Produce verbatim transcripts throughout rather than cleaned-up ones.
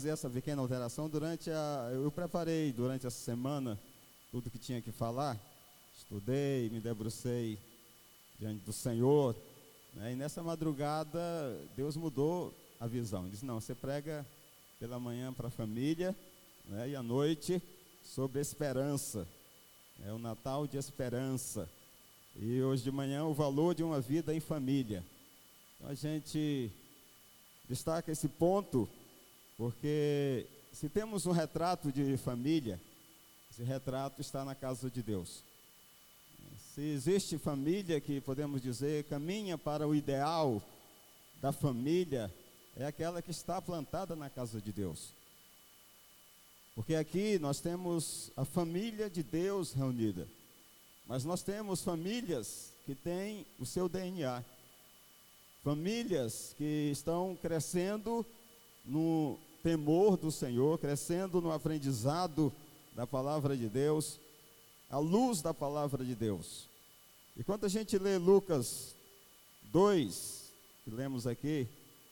Essa pequena alteração durante a... Eu preparei durante essa semana tudo que tinha que falar, estudei, me debrucei diante do Senhor, né? E nessa madrugada Deus mudou a visão. Ele disse, não, você prega pela manhã para a família, né? E à noite sobre esperança, é o Natal de esperança. E hoje de manhã o valor de uma vida em família. Então a gente destaca esse ponto, porque se temos um retrato de família, esse retrato está na casa de Deus. Se existe família que podemos dizer caminha para o ideal da família, é aquela que está plantada na casa de Deus. Porque aqui nós temos a família de Deus reunida, mas nós temos famílias que têm o seu D N A, famílias que estão crescendo no temor do Senhor, crescendo no aprendizado da palavra de Deus, à luz da palavra de Deus. E quando a gente lê Lucas dois, que lemos aqui,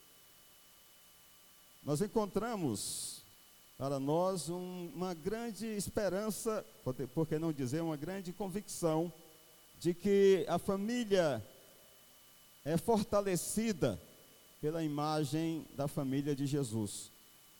nós encontramos para nós um, uma grande esperança, por que não dizer uma grande convicção, de que a família é fortalecida pela imagem da família de Jesus.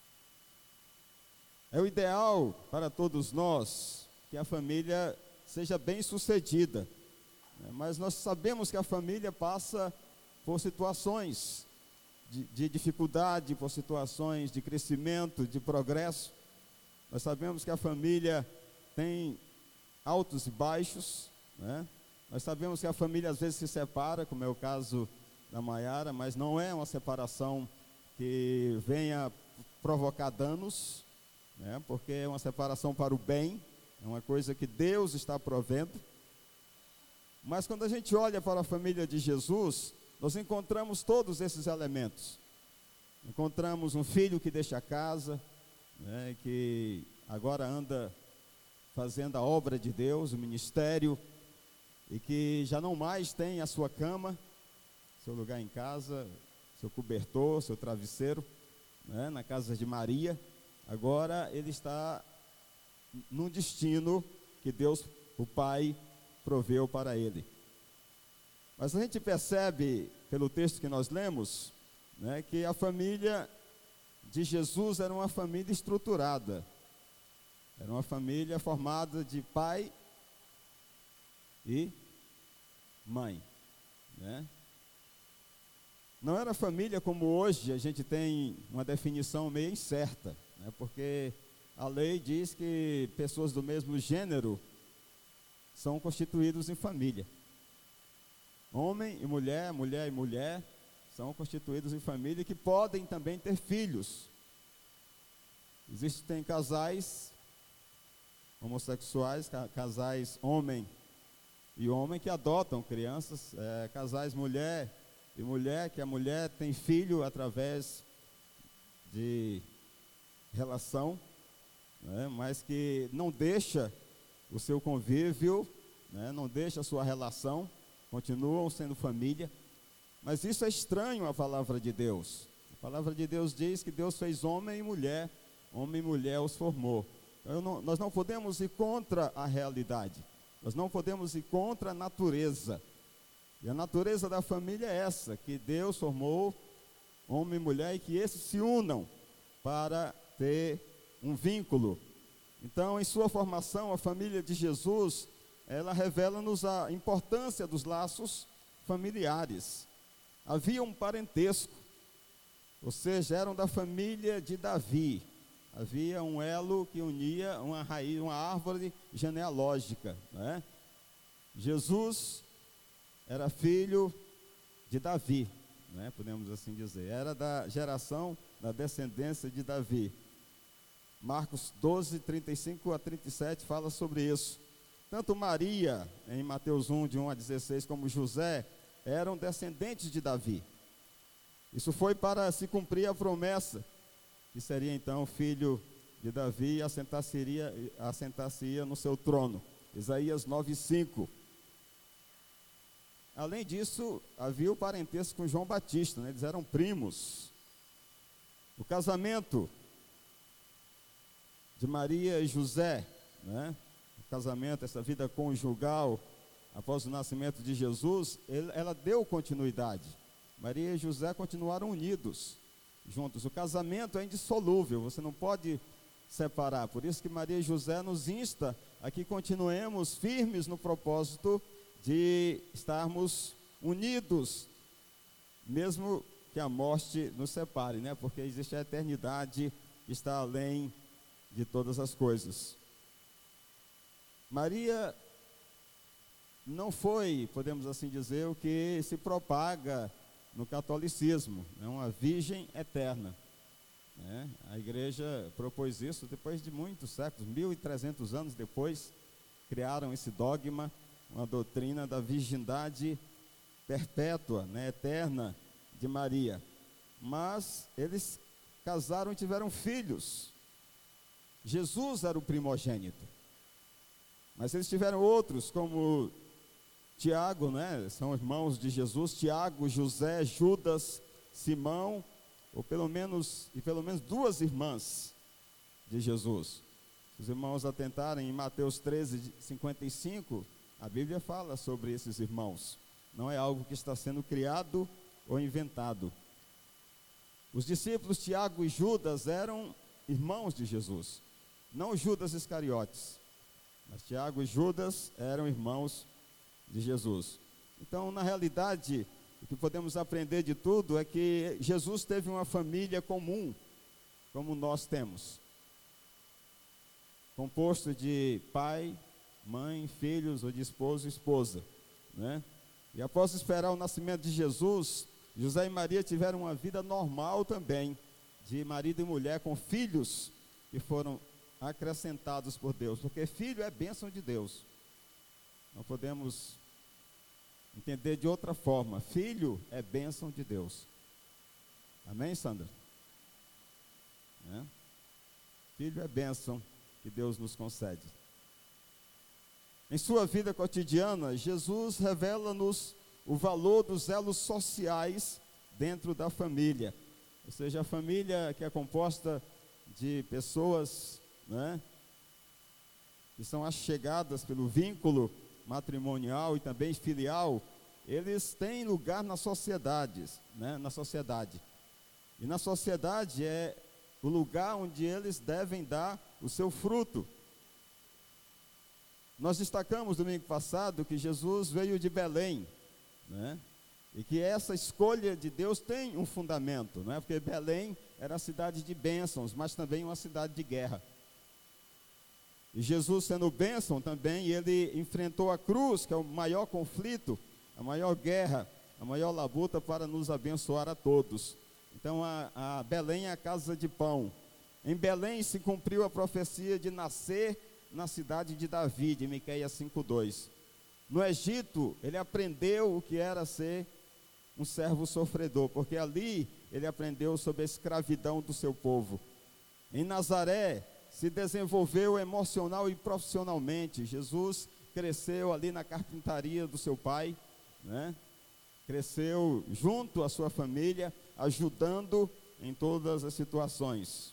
É o ideal para todos nós que a família seja bem sucedida, né? Mas nós sabemos que a família passa por situações de, de dificuldade, por situações de crescimento, de progresso. Nós sabemos que a família tem altos e baixos, né? Nós sabemos que a família às vezes se separa, como é o caso da Maiara, mas não é uma separação que venha provocar danos, né? Porque é uma separação para o bem, é uma coisa que Deus está provendo. Mas quando a gente olha para a família de Jesus, nós encontramos todos esses elementos. Encontramos um filho que deixa a casa, né, que agora anda fazendo a obra de Deus, o ministério, e que já não mais tem a sua cama, seu lugar em casa, seu cobertor, seu travesseiro, né, na casa de Maria. Agora ele está num destino que Deus, o Pai, proveu para ele. Mas a gente percebe, pelo texto que nós lemos, né, que a família de Jesus era uma família estruturada. Era uma família formada de pai e mãe, né? Não era família como hoje a gente tem uma definição meio incerta, né? Porque a lei diz que pessoas do mesmo gênero são constituídos em família. Homem e mulher, mulher e mulher são constituídos em família, que podem também ter filhos. Existem casais homossexuais, casais homem e homem que adotam crianças, é, casais mulher e mulher, que a mulher tem filho através de relação, né, mas que não deixa o seu convívio, né, não deixa a sua relação, continuam sendo família. Mas isso é estranho à palavra de Deus. A palavra de Deus diz que Deus fez homem e mulher, homem e mulher os formou. Então, não, nós não podemos ir contra a realidade, nós não podemos ir contra a natureza. E a natureza da família é essa, que Deus formou homem e mulher, e que esses se unam para ter um vínculo. Então, em sua formação, a família de Jesus, ela revela-nos a importância dos laços familiares. Havia um parentesco, ou seja, eram da família de Davi. Havia um elo que unia uma raiz, uma árvore genealógica, né? Jesus era filho de Davi, né? Podemos assim dizer. Era da geração, da descendência de Davi. Marcos doze, trinta e cinco a trinta e sete fala sobre isso. Tanto Maria, em Mateus um, de um a dezesseis, como José, eram descendentes de Davi. Isso foi para se cumprir a promessa, que seria então filho de Davi e assentar-se-ia assentar-se-ia no seu trono. Isaías nove, cinco. Além disso, havia o parentesco com João Batista, né? Eles eram primos. O casamento de Maria e José, né? O casamento, essa vida conjugal, após o nascimento de Jesus, ele, ela deu continuidade. Maria e José continuaram unidos, juntos. O casamento é indissolúvel, você não pode separar. Por isso que Maria e José nos insta a que continuemos firmes no propósito de estarmos unidos, mesmo que a morte nos separe, né? Porque existe a eternidade que está além de todas as coisas. Maria não foi, podemos assim dizer, o que se propaga no catolicismo, é uma virgem eterna, né? A igreja propôs isso depois de muitos séculos, mil e trezentos anos depois, criaram esse dogma, uma doutrina da virgindade perpétua, né, eterna de Maria. Mas eles casaram e tiveram filhos. Jesus era o primogênito, mas eles tiveram outros, como Tiago, né? São irmãos de Jesus, Tiago, José, Judas, Simão, ou pelo menos, e pelo menos duas irmãs de Jesus. Se os irmãos atentarem em Mateus treze, cinquenta e cinco, a Bíblia fala sobre esses irmãos. Não é algo que está sendo criado ou inventado. Os discípulos Tiago e Judas eram irmãos de Jesus, não Judas Iscariotes, mas Tiago e Judas eram irmãos de Jesus. Então, na realidade, o que podemos aprender de tudo é que Jesus teve uma família comum, como nós temos, composto de pai, mãe, filhos, ou de esposo e esposa, né? E após esperar o nascimento de Jesus, José e Maria tiveram uma vida normal também, de marido e mulher com filhos que foram acrescentados por Deus, porque filho é bênção de Deus. Não podemos entender de outra forma. Filho é bênção de Deus. Amém, Sandra? É? Filho é bênção que Deus nos concede. Em sua vida cotidiana, Jesus revela-nos o valor dos elos sociais dentro da família. Ou seja, a família que é composta de pessoas, né, que são achegadas pelo vínculo matrimonial e também filial, eles têm lugar nas sociedades, né, na sociedade. E na sociedade é o lugar onde eles devem dar o seu fruto. Nós destacamos domingo passado que Jesus veio de Belém, né? E que essa escolha de Deus tem um fundamento, não é? Porque Belém era a cidade de bênçãos, mas também uma cidade de guerra. E Jesus, sendo bênção também, ele enfrentou a cruz, que é o maior conflito, a maior guerra, a maior labuta para nos abençoar a todos. Então a, a Belém é a casa de pão. Em Belém se cumpriu a profecia de nascer na cidade de Davi, de Miqueias cinco, dois. No Egito, ele aprendeu o que era ser um servo sofredor, porque ali ele aprendeu sobre a escravidão do seu povo. Em Nazaré, se desenvolveu emocional e profissionalmente. Jesus cresceu ali na carpintaria do seu pai, né? Cresceu junto à sua família, ajudando em todas as situações.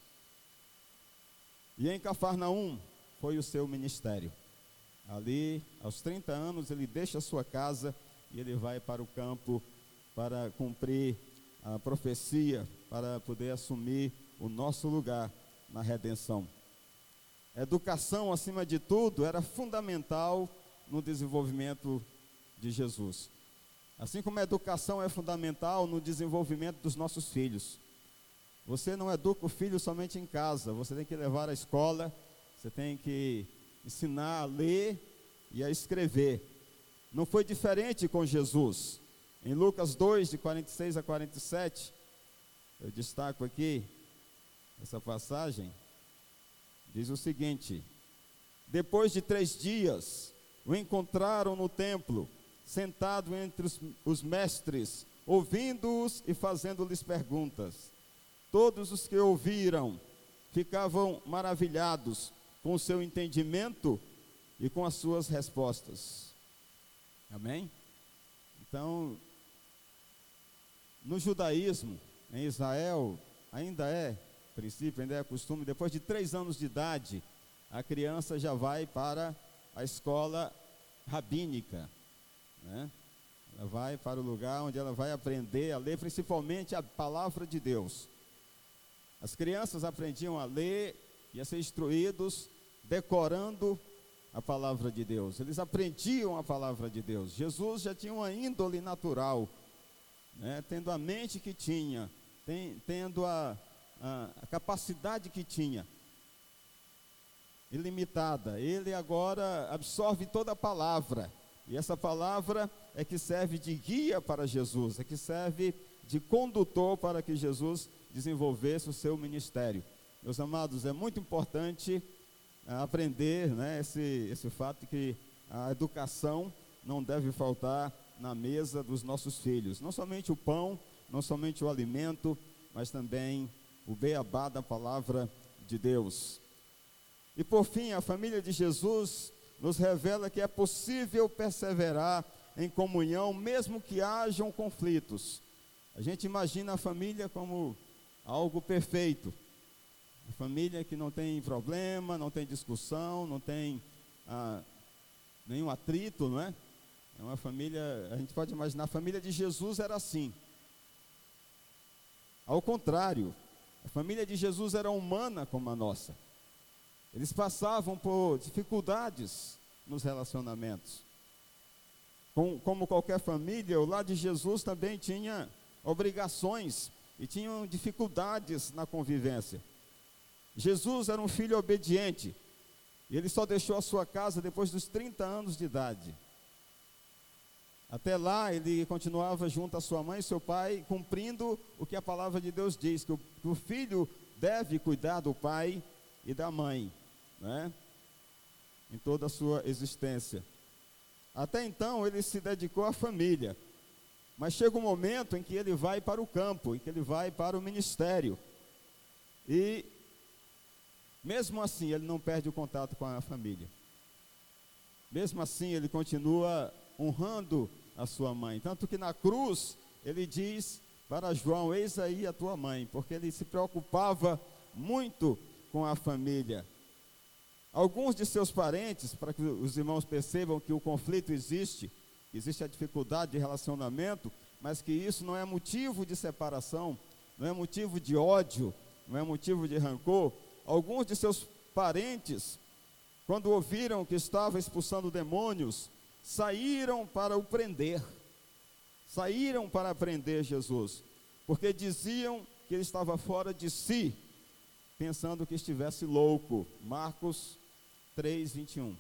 E em Cafarnaum foi o seu ministério. Ali, aos trinta anos, ele deixa a sua casa e ele vai para o campo para cumprir a profecia, para poder assumir o nosso lugar na redenção. A educação, acima de tudo, era fundamental no desenvolvimento de Jesus. Assim como a educação é fundamental no desenvolvimento dos nossos filhos. Você não educa o filho somente em casa, você tem que levar à escola, você tem que ensinar a ler e a escrever. Não foi diferente com Jesus. Em Lucas dois, de quarenta e seis a quarenta e sete, eu destaco aqui essa passagem, diz o seguinte: depois de três dias, o encontraram no templo, sentado entre os, os mestres, ouvindo-os e fazendo-lhes perguntas. Todos os que ouviram ficavam maravilhados com o seu entendimento e com as suas respostas. Amém? Então, no judaísmo, em Israel, ainda é princípio ainda é costume, depois de três anos de idade, a criança já vai para a escola rabínica, né? Ela vai para o lugar onde ela vai aprender a ler, principalmente a palavra de Deus. As crianças aprendiam a ler e a ser instruídos decorando a palavra de Deus. Eles aprendiam a palavra de Deus. Jesus já tinha uma índole natural, né? Tendo a mente que tinha, tem, tendo a, a, a capacidade que tinha, ilimitada. Ele agora absorve toda a palavra. E essa palavra é que serve de guia para Jesus, é que serve de condutor para que Jesus desenvolvesse o seu ministério. Meus amados, é muito importante uh, aprender, né, esse, esse fato de que a educação não deve faltar na mesa dos nossos filhos. Não somente o pão, não somente o alimento, mas também o beabá da palavra de Deus. E por fim, a família de Jesus nos revela que é possível perseverar em comunhão, mesmo que hajam conflitos. A gente imagina a família como algo perfeito, a família que não tem problema, não tem discussão, não tem ah, nenhum atrito, não é? É uma família, a gente pode imaginar, a família de Jesus era assim. Ao contrário, a família de Jesus era humana como a nossa. Eles passavam por dificuldades nos relacionamentos. Com, como qualquer família, o lar de Jesus também tinha obrigações e tinham dificuldades na convivência. Jesus era um filho obediente, e ele só deixou a sua casa depois dos trinta anos de idade. Até lá, ele continuava junto à sua mãe e seu pai, cumprindo o que a palavra de Deus diz, que o, que o filho deve cuidar do pai e da mãe, né? Em toda a sua existência. Até então, ele se dedicou à família, mas chega um momento em que ele vai para o campo, em que ele vai para o ministério, e mesmo assim ele não perde o contato com a família, mesmo assim ele continua honrando a sua mãe, tanto que na cruz ele diz para João: eis aí a tua mãe, porque ele se preocupava muito com a família. Alguns de seus parentes, para que os irmãos percebam que o conflito existe, existe a dificuldade de relacionamento, mas que isso não é motivo de separação, não é motivo de ódio, não é motivo de rancor. Alguns de seus parentes, quando ouviram que estava expulsando demônios, saíram para o prender, saíram para prender Jesus, porque diziam que ele estava fora de si, pensando que estivesse louco. Marcos três, vinte e um.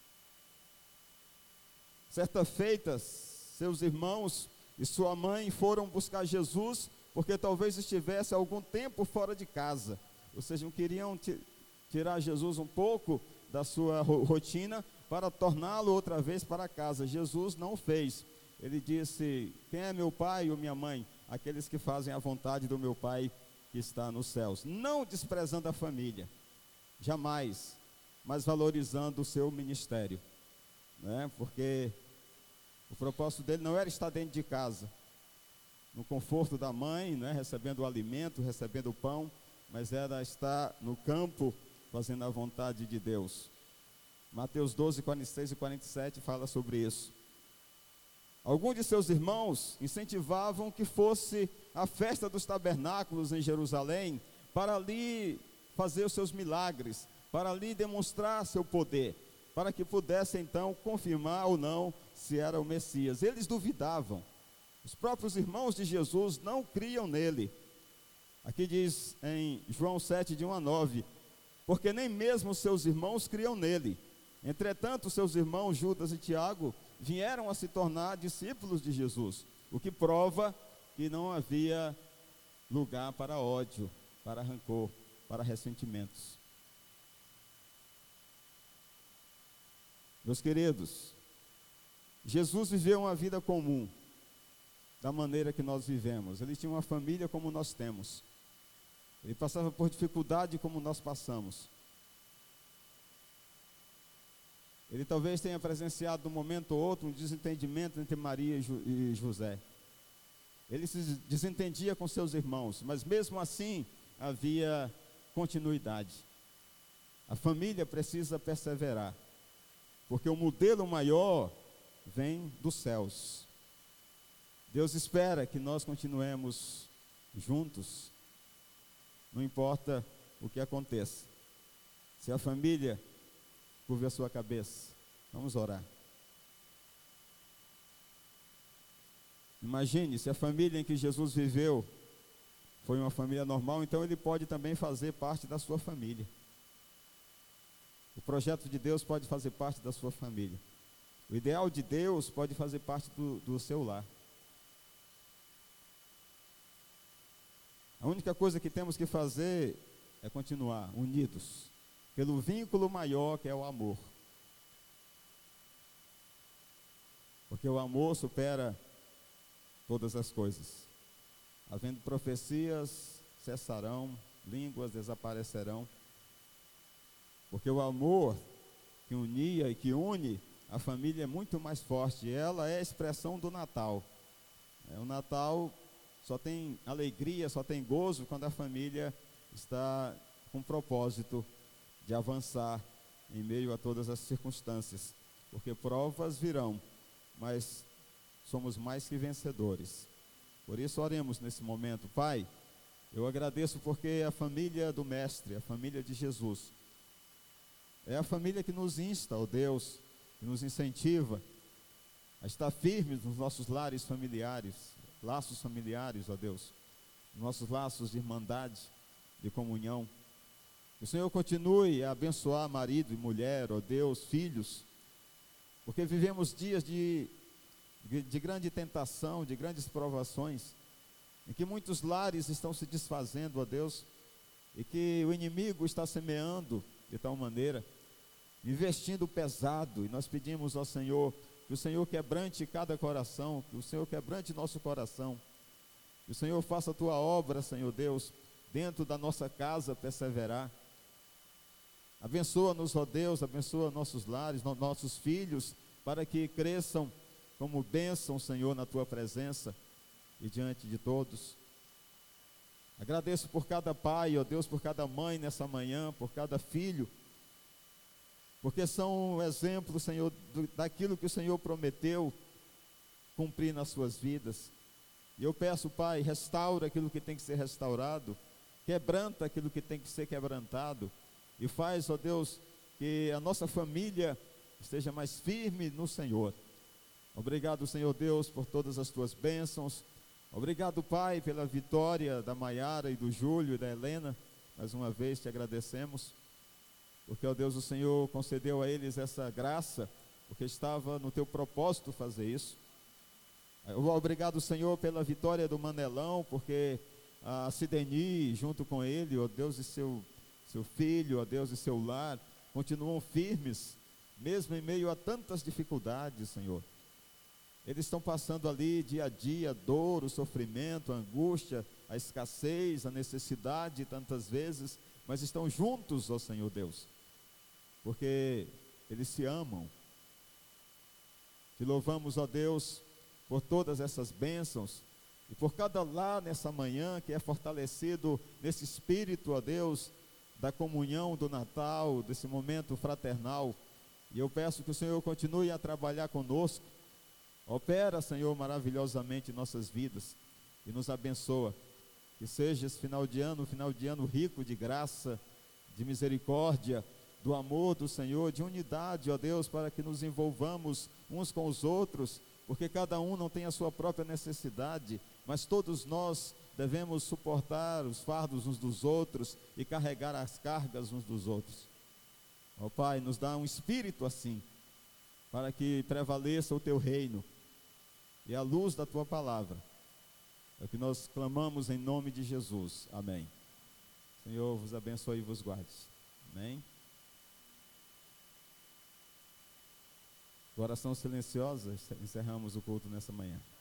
Certa feita, seus irmãos e sua mãe foram buscar Jesus, porque talvez estivesse algum tempo fora de casa, ou seja, não queriam tirar Jesus um pouco da sua rotina, para torná-lo outra vez para casa. Jesus não o fez. Ele disse: quem é meu pai ou minha mãe? Aqueles que fazem a vontade do meu pai que está nos céus. Não desprezando a família, jamais, mas valorizando o seu ministério, né? Porque o propósito dele não era estar dentro de casa, no conforto da mãe, né? Recebendo o alimento, recebendo o pão, mas era estar no campo, fazendo a vontade de Deus. Mateus doze, quarenta e seis e quarenta e sete fala sobre isso. Alguns de seus irmãos incentivavam que fosse a festa dos tabernáculos em Jerusalém, para ali fazer os seus milagres, para ali demonstrar seu poder, para que pudesse então confirmar ou não se era o Messias. Eles duvidavam. Os próprios irmãos de Jesus não criam nele. Aqui diz em João sete, de um a nove, porque nem mesmo seus irmãos criam nele. Entretanto, seus irmãos Judas e Tiago vieram a se tornar discípulos de Jesus, o que prova que não havia lugar para ódio, para rancor, para ressentimentos. Meus queridos, Jesus viveu uma vida comum, da maneira que nós vivemos. Ele tinha uma família como nós temos. Ele passava por dificuldade como nós passamos. Ele talvez tenha presenciado, num momento ou outro, um desentendimento entre Maria e José. Ele se desentendia com seus irmãos, mas mesmo assim havia continuidade. A família precisa perseverar, porque o modelo maior vem dos céus. Deus espera que nós continuemos juntos, não importa o que aconteça. Se a família curva a sua cabeça, vamos orar. Imagine, se a família em que Jesus viveu foi uma família normal, então ele pode também fazer parte da sua família. O projeto de Deus pode fazer parte da sua família. O ideal de Deus pode fazer parte do, do seu lar. A única coisa que temos que fazer é continuar unidos, pelo vínculo maior que é o amor. Porque o amor supera todas as coisas. Havendo profecias, cessarão, línguas desaparecerão. Porque o amor que unia e que une a família é muito mais forte. Ela é a expressão do Natal. É, o Natal só tem alegria, só tem gozo quando a família está com propósito de avançar em meio a todas as circunstâncias. Porque provas virão, mas somos mais que vencedores. Por isso oremos nesse momento. Pai, eu agradeço porque a família do Mestre, a família de Jesus, é a família que nos insta, ó Deus, que nos incentiva a estar firmes nos nossos lares familiares, laços familiares, ó Deus, nossos laços de irmandade, de comunhão. Que o Senhor continue a abençoar marido e mulher, ó Deus, filhos, porque vivemos dias de de grande tentação, de grandes provações, em que muitos lares estão se desfazendo, ó Deus, e que o inimigo está semeando de tal maneira, investindo pesado, e nós pedimos ao Senhor, que o Senhor quebrante cada coração, que o Senhor quebrante nosso coração, que o Senhor faça a tua obra, Senhor Deus, dentro da nossa casa perseverar. Abençoa-nos, ó Deus, abençoa nossos lares, no, nossos filhos, para que cresçam como bênção, Senhor, na tua presença e diante de todos. Agradeço por cada pai, ó Deus, por cada mãe nessa manhã, por cada filho, porque são um exemplo, Senhor, do, daquilo que o Senhor prometeu cumprir nas suas vidas. E eu peço, Pai, restaura aquilo que tem que ser restaurado, quebranta aquilo que tem que ser quebrantado, e faz, ó Deus, que a nossa família esteja mais firme no Senhor. Obrigado, Senhor Deus, por todas as tuas bênçãos. Obrigado, Pai, pela vitória da Maiara e do Júlio e da Helena. Mais uma vez te agradecemos, porque, ó Deus, o Senhor concedeu a eles essa graça, porque estava no teu propósito fazer isso. Obrigado, Senhor, pela vitória do Manelão, porque a Sideni, junto com ele, ó Deus, e seu, seu filho, ó Deus, e seu lar, continuam firmes, mesmo em meio a tantas dificuldades, Senhor. Eles estão passando ali dia a dia, a dor, o sofrimento, a angústia, a escassez, a necessidade tantas vezes, mas estão juntos, ó Senhor Deus, porque eles se amam. Te louvamos, ó Deus, por todas essas bênçãos, e por cada lar nessa manhã que é fortalecido nesse espírito, ó Deus, da comunhão do Natal, desse momento fraternal. E eu peço que o Senhor continue a trabalhar conosco. Opera, Senhor, maravilhosamente em nossas vidas e nos abençoa. Que seja esse final de ano, um final de ano rico de graça, de misericórdia, do amor do Senhor, de unidade, ó Deus, para que nos envolvamos uns com os outros, porque cada um não tem a sua própria necessidade, mas todos nós devemos suportar os fardos uns dos outros e carregar as cargas uns dos outros. Ó Pai, nos dá um espírito assim, para que prevaleça o teu reino e a luz da tua palavra. É o que nós clamamos em nome de Jesus. Amém. Senhor vos abençoe e vos guarde. Amém. Oração silenciosa, encerramos o culto nessa manhã.